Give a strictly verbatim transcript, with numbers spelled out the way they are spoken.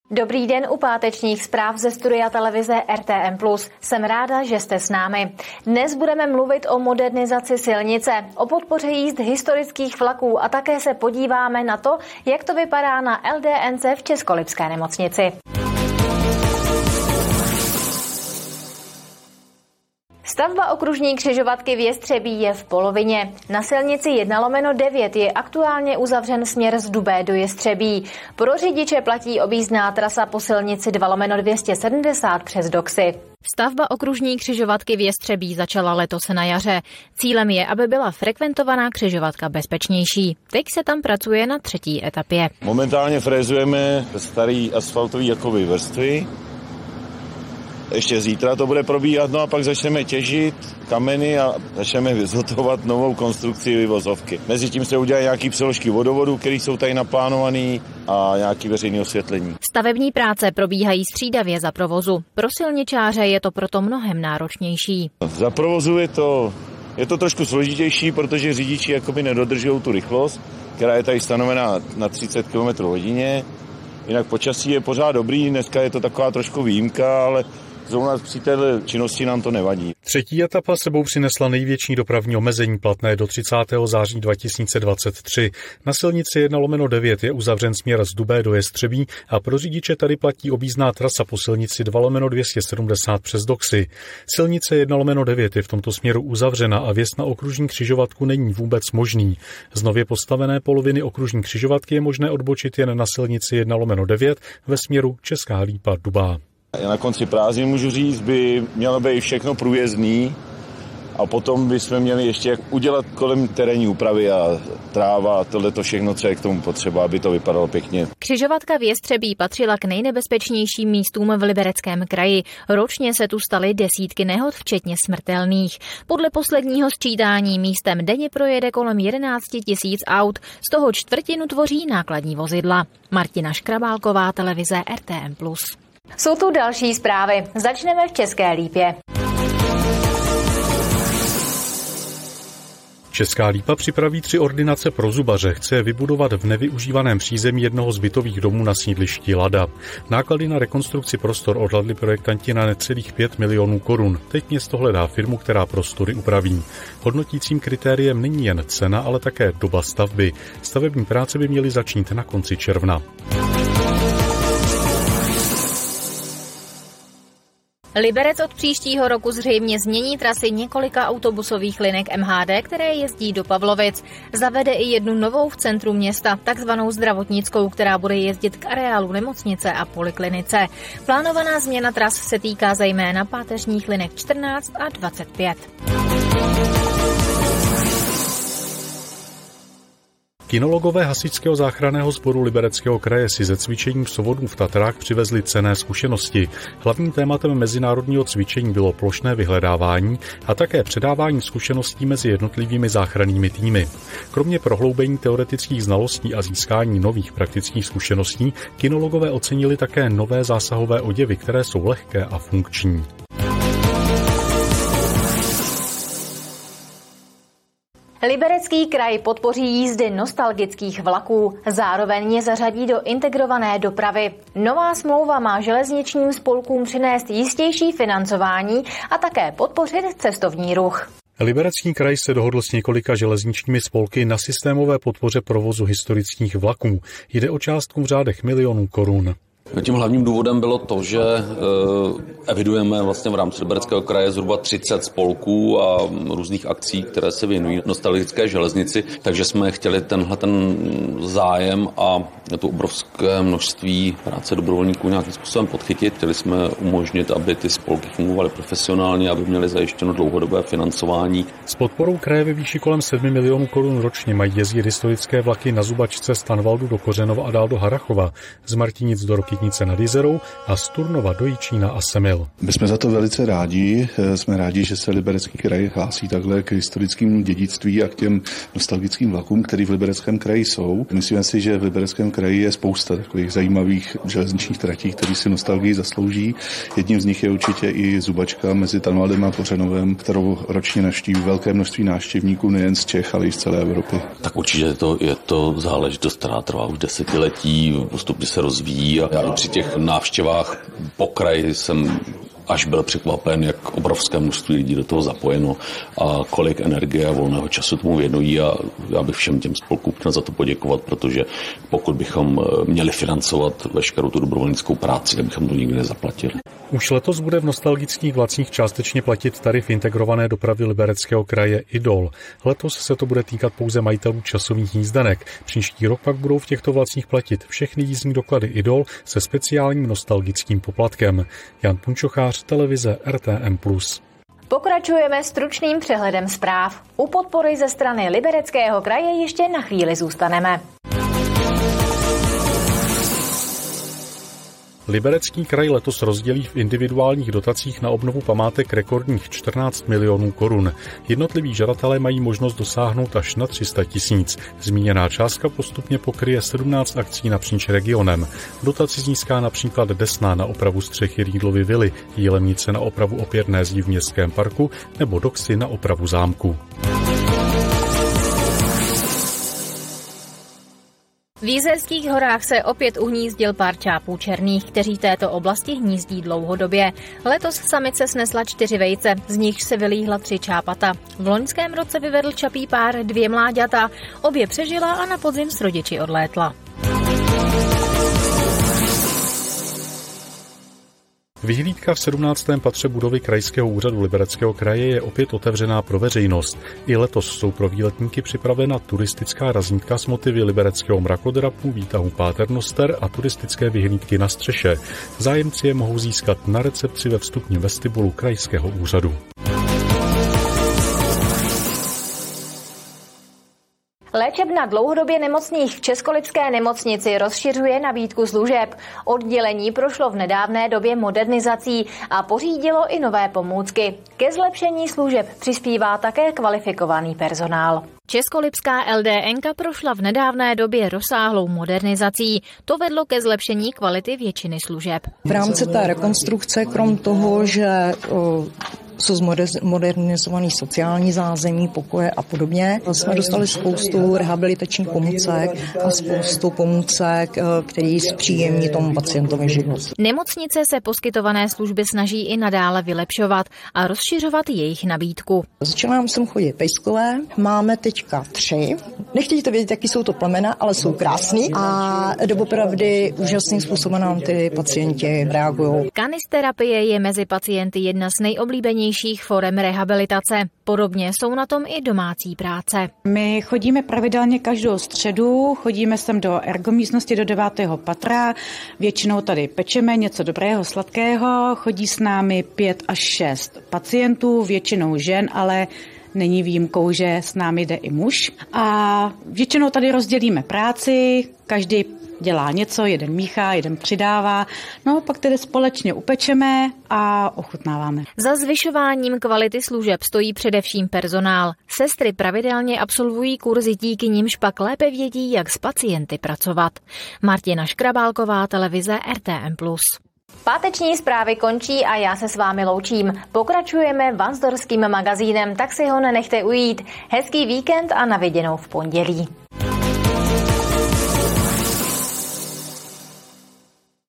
Dobrý den u pátečních zpráv ze studia televize R T M plus. Jsem ráda, že jste s námi. Dnes budeme mluvit o modernizaci silnice, o podpoře jízd historických vlaků a také se podíváme na to, jak to vypadá na L D N C v Českolipské nemocnici. Stavba okružní křižovatky v Jestřebí je v polovině. Na silnici jedna lomeno devět je aktuálně uzavřen směr z Dubé do Jestřebí. Pro řidiče platí objízdná trasa po silnici dva lomeno dvě stě sedmdesát přes Doxy. Stavba okružní křižovatky v Jestřebí začala letos na jaře. Cílem je, aby byla frekventovaná křižovatka bezpečnější. Teď se tam pracuje na třetí etapě. Momentálně frézujeme starý asfaltový jakoby vrstvy. Ještě zítra to bude probíhat, no a pak začneme těžit kameny a začneme vyzhotovat novou konstrukci vyvozovky. Mezitím se udělají nějaké přeložky vodovodu, které jsou tady naplánované, a nějaké veřejné osvětlení. Stavební práce probíhají střídavě za provozu. Pro silničáře je to proto mnohem náročnější. Za provozu je to, je to trošku složitější, protože řidiči jakoby nedodržují tu rychlost, která je tady stanovená na třicet kilometrů hodině. Jinak počasí je pořád dobrý, dneska je to taková trošku výjimka, ale zrovna při této činnosti nám to nevadí. Třetí etapa sebou přinesla největší dopravní omezení platné do třicátého září dva tisíce dvacet tři. Na silnici jedna lomeno devět je uzavřen směr z Dubé do Jestřebí a pro řidiče tady platí objízdná trasa po silnici dva lomeno dvě stě sedmdesát přes Doxy. Silnice jedna lomeno devět je v tomto směru uzavřena a vjezd na okružní křižovatku není vůbec možný. Z nově postavené poloviny okružní křižovatky je možné odbočit jen na silnici jedna lomeno devět ve směru Česká Lípa Dubá. Na konci prázdnin, můžu říct, by mělo být všechno průjezdný a potom bychom měli ještě udělat kolem terénní úpravy a tráva a tohleto všechno, co je k tomu potřeba, aby to vypadalo pěkně. Křižovatka v Jestřebí patřila k nejnebezpečnějším místům v Libereckém kraji. Ročně se tu staly desítky nehod, včetně smrtelných. Podle posledního sčítání místem denně projede kolem jedenáct tisíc aut, z toho čtvrtinu tvoří nákladní vozidla. Martina Škrabálková, televize R T M plus. Jsou tu další zprávy. Začneme v České Lípě. Česká Lípa připraví tři ordinace pro zubaře. Chce je vybudovat v nevyužívaném přízemí jednoho z bytových domů na sídlišti Lada. Náklady na rekonstrukci prostor odhadli projektanti na necelých pět milionů korun. Teď město hledá firmu, která prostory upraví. Hodnotícím kritériem není jen cena, ale také doba stavby. Stavební práce by měly začít na konci června. Liberec od příštího roku zřejmě změní trasy několika autobusových linek M H D, které jezdí do Pavlovic. Zavede i jednu novou v centru města, takzvanou zdravotnickou, která bude jezdit k areálu nemocnice a poliklinice. Plánovaná změna tras se týká zejména páteřních linek čtrnáct a dvacet pět. Kinologové hasičského záchranného sboru Libereckého kraje si ze cvičení psovodů v Tatrách přivezli cenné zkušenosti. Hlavním tématem mezinárodního cvičení bylo plošné vyhledávání a také předávání zkušeností mezi jednotlivými záchrannými týmy. Kromě prohloubení teoretických znalostí a získání nových praktických zkušeností, kinologové ocenili také nové zásahové oděvy, které jsou lehké a funkční. Liberecký kraj podpoří jízdy nostalgických vlaků, zároveň je zařadí do integrované dopravy. Nová smlouva má železničním spolkům přinést jistější financování a také podpořit cestovní ruch. Liberecký kraj se dohodl s několika železničními spolky na systémové podpoře provozu historických vlaků. Jde o částku v řádech milionů korun. Tím hlavním důvodem bylo to, že evidujeme vlastně v rámci Libereckého kraje zhruba třicet spolků a různých akcí, které se věnují nostalgické železnici, takže jsme chtěli tenhle ten zájem a to obrovské množství práce dobrovolníků nějakým způsobem podchytit. Chtěli jsme umožnit, aby ty spolky fungovaly profesionálně, aby měly zajištěno dlouhodobé financování. S podporou kraje ve výši kolem sedmi milionů korun ročně mají jezdit historické vlaky na zubačce z Tanvaldu do Kořenova a dál do Harrachova, z Martinic do Rokytnice nad Jizerou a z Turnova do Jičína a Semil. My jsme za to velice rádi. Jsme rádi, že se Liberecký kraj hlásí takhle k historickým dědictví a k těm nostalgickým vlakům, které v Libereckém kraji jsou. Myslíme si, že v Libereckém kraji kraji je spousta takových zajímavých železničních tratí, které si nostalgii zaslouží. Jedním z nich je určitě i zubačka mezi Tanvaldem a Kořenovem, kterou ročně navštíví velké množství návštěvníků nejen z Čech, ale i z celé Evropy. Tak určitě je to, je to záležitost, která trvá už desetiletí, postupně se rozvíjí a já při těch návštěvách po kraji jsem až byl překvapen, jak obrovské množství lidí do toho zapojeno a kolik energie a volného času tomu věnují a já bych všem těm spolkům chtěl za to poděkovat, protože pokud bychom měli financovat veškerou tu dobrovolnickou práci, tak bychom to nikdy nezaplatili. Už letos bude v nostalgických vlacích částečně platit tarif integrované dopravy Libereckého kraje Idol. Letos se to bude týkat pouze majitelů časových jízdenek. Příští rok pak budou v těchto vlacích platit všechny jízdní doklady Idol se speciálním nostalgickým poplatkem. Jan Punčochář, televize R T M plus. Pokračujeme stručným přehledem zpráv. U podpory ze strany Libereckého kraje ještě na chvíli zůstaneme. Liberecký kraj letos rozdělí v individuálních dotacích na obnovu památek rekordních čtrnáct milionů korun. Jednotliví žadatelé mají možnost dosáhnout až na tři sta tisíc. Zmíněná částka postupně pokryje sedmnáct akcí napříč regionem. Dotaci získá například Desná na opravu střechy Rýdlovy vily, Jilemnice na opravu opěrné zdi v městském parku nebo Doxy na opravu zámku. V Jizerských horách se opět uhnízdil pár čápů černých, kteří v této oblasti hnízdí dlouhodobě. Letos samice snesla čtyři vejce, z nich se vylíhla tři čápata. V loňském roce vyvedl čapí pár dvě mláďata, obě přežila a na podzim s rodiči odlétla. Vyhlídka v sedmnáctém patře budovy Krajského úřadu Libereckého kraje je opět otevřená pro veřejnost. I letos jsou pro výletníky připravena turistická razítka s motivy libereckého mrakodrapu, výtahu Páternoster a turistické vyhlídky na střeše. Zájemci je mohou získat na recepci ve vstupním vestibulu Krajského úřadu. Léčebna dlouhodobě nemocných v Českolipské nemocnici rozšiřuje nabídku služeb. Oddělení prošlo v nedávné době modernizací a pořídilo i nové pomůcky. Ke zlepšení služeb přispívá také kvalifikovaný personál. Českolipská L D N ka prošla v nedávné době rozsáhlou modernizací. To vedlo ke zlepšení kvality většiny služeb. V rámci té rekonstrukce, krom toho, že o, jsou zmodernizovaný sociální zázemí, pokoje a podobně, jsme dostali spoustu rehabilitačních pomůcek a spoustu pomůcek, které zpříjemní tomu pacientovi život. Nemocnice se poskytované služby snaží i nadále vylepšovat a rozšiřovat jejich nabídku. Začala nám sem chodit pejskové, máme teďka tři. Nechtějte vědět, jaký jsou to plemena, ale jsou krásný a doopravdy úžasným způsobem nám ty pacienti reagují. Kanisterapie je mezi pacienty jedna z nejoblíbenějších forem rehabilitace. Podobně jsou na tom i domácí práce. My chodíme pravidelně každou středu, chodíme sem do ergomístnosti do devátého patra, většinou tady pečeme něco dobrého, sladkého, chodí s námi pět až šest pacientů, většinou žen, ale není výjimkou, že s námi jde i muž. A většinou tady rozdělíme práci, každý dělá něco, jeden míchá, jeden přidává, no pak tedy společně upečeme a ochutnáváme. Za zvyšováním kvality služeb stojí především personál. Sestry pravidelně absolvují kurzy, díky nimž pak lépe vědí, jak s pacienty pracovat. Martina Škrabálková, televize R T M plus. Páteční zprávy končí a já se s vámi loučím. Pokračujeme Vansdorským magazínem, tak si ho nenechte ujít. Hezký víkend a na viděnou v pondělí.